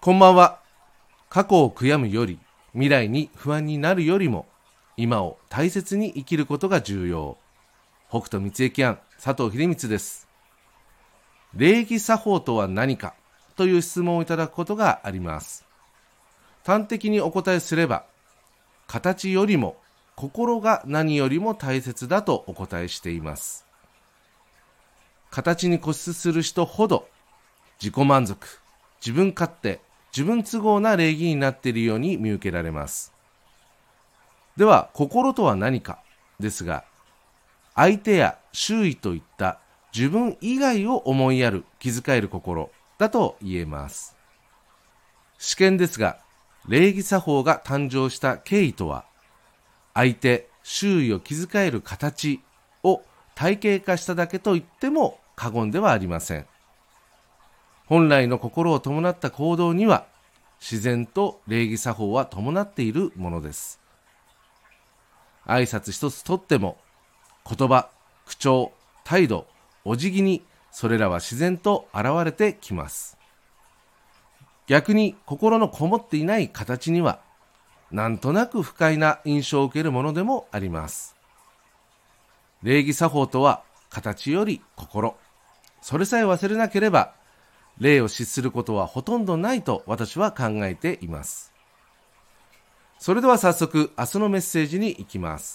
こんばんは。過去を悔やむより、未来に不安になるよりも、今を大切に生きることが重要。北斗三重庵佐藤秀光です。礼儀作法とは何かという質問をいただくことがあります。端的にお答えすれば、形よりも心が何よりも大切だとお答えしています。形に固執する人ほど自己満足、自分勝手、自分都合な礼儀になっているように見受けられます。では心とは何かですが、相手や周囲といった自分以外を思いやる、気遣える心だと言えます。試験ですが、礼儀作法が誕生した経緯とは、相手、周囲を気遣える形を体系化しただけと言っても過言ではありません。本来の心を伴った行動には、自然と礼儀作法は伴っているものです。挨拶一つとっても、言葉、口調、態度、お辞儀にそれらは自然と現れてきます。逆に心のこもっていない形には、なんとなく不快な印象を受けるものでもあります。礼儀作法とは、形より心。それさえ忘れなければ、礼を失することはほとんどないと私は考えています。それでは早速、明日のメッセージに行きます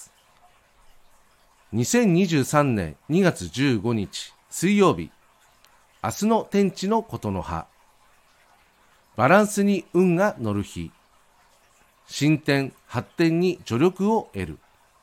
。2023年2月15日水曜日、明日の天地のことの葉。バランスに運が乗る日。進展・発展に助力を得る。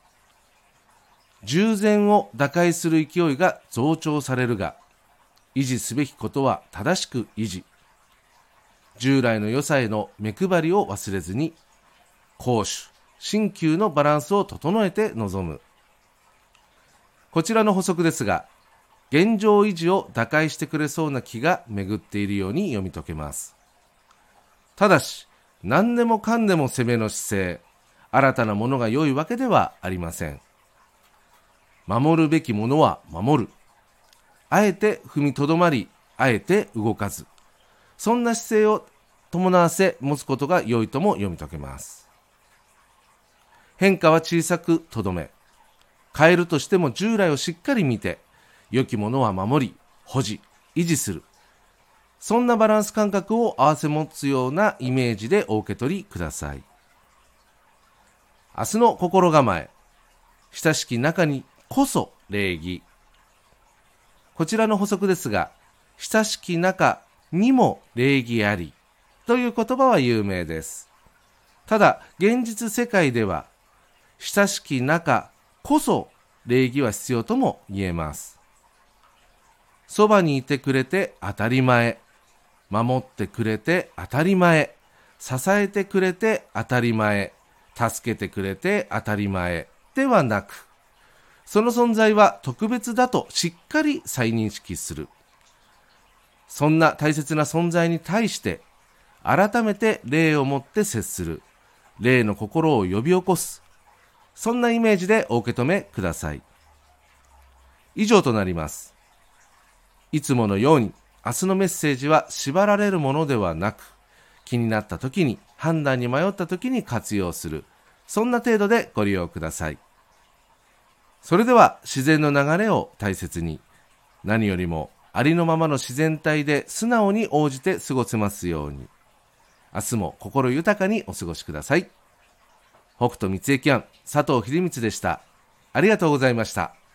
従前を打開する勢いが増長されるが、維持すべきことは正しく維持。従来の良さへの目配りを忘れずに、攻守、新旧のバランスを整えて臨む。こちらの補足ですが、現状維持を打開してくれそうな気が巡っているように読み解けます。ただし、何でもかんでも攻めの姿勢、新たなものが良いわけではありません。守るべきものは守る。あえて踏みとどまり、あえて動かず。そんな姿勢を伴わせ持つことが良いとも読み解けます。変化は小さくとどめ。変えるとしても従来をしっかり見て、良きものは守り、保持、維持する。そんなバランス感覚を併せ持つようなイメージでお受け取りください。明日の心構え。親しき中にこそ礼儀。こちらの補足ですが、親しき中にも礼儀ありという言葉は有名です。ただ、現実世界では、親しき中こそ礼儀は必要とも言えます。そばにいてくれて当たり前、守ってくれて当たり前、支えてくれて当たり前、助けてくれて当たり前ではなく、その存在は特別だとしっかり再認識する。そんな大切な存在に対して、改めて礼をもって接する。礼の心を呼び起こす。そんなイメージでお受け止めください。以上となります。いつものように、明日のメッセージは縛られるものではなく、気になった時に、判断に迷った時に活用する。そんな程度でご利用ください。それでは自然の流れを大切に、何よりもありのままの自然体で素直に応じて過ごせますように。明日も心豊かにお過ごしください。北斗三重庵佐藤秀光でした。ありがとうございました。